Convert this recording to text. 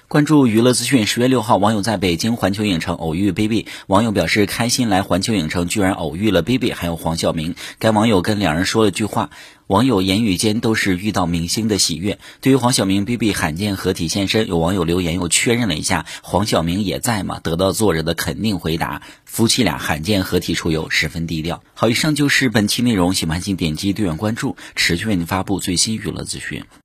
关注娱乐资讯，10月6号，网友在北京环球影城偶遇 Baby， 网友表示开心来环球影城居然偶遇了 Baby 还有黄晓明。该网友跟两人说了句话，网友言语间都是遇到明星的喜悦。对于黄晓明 Baby 罕见合体现身，有网友留言又确认了一下黄晓明也在吗？得到作者的肯定回答，夫妻俩罕见合体出游，十分低调。好，以上就是本期内容，喜欢请点击订阅关注，持续为您发布最新娱乐资讯。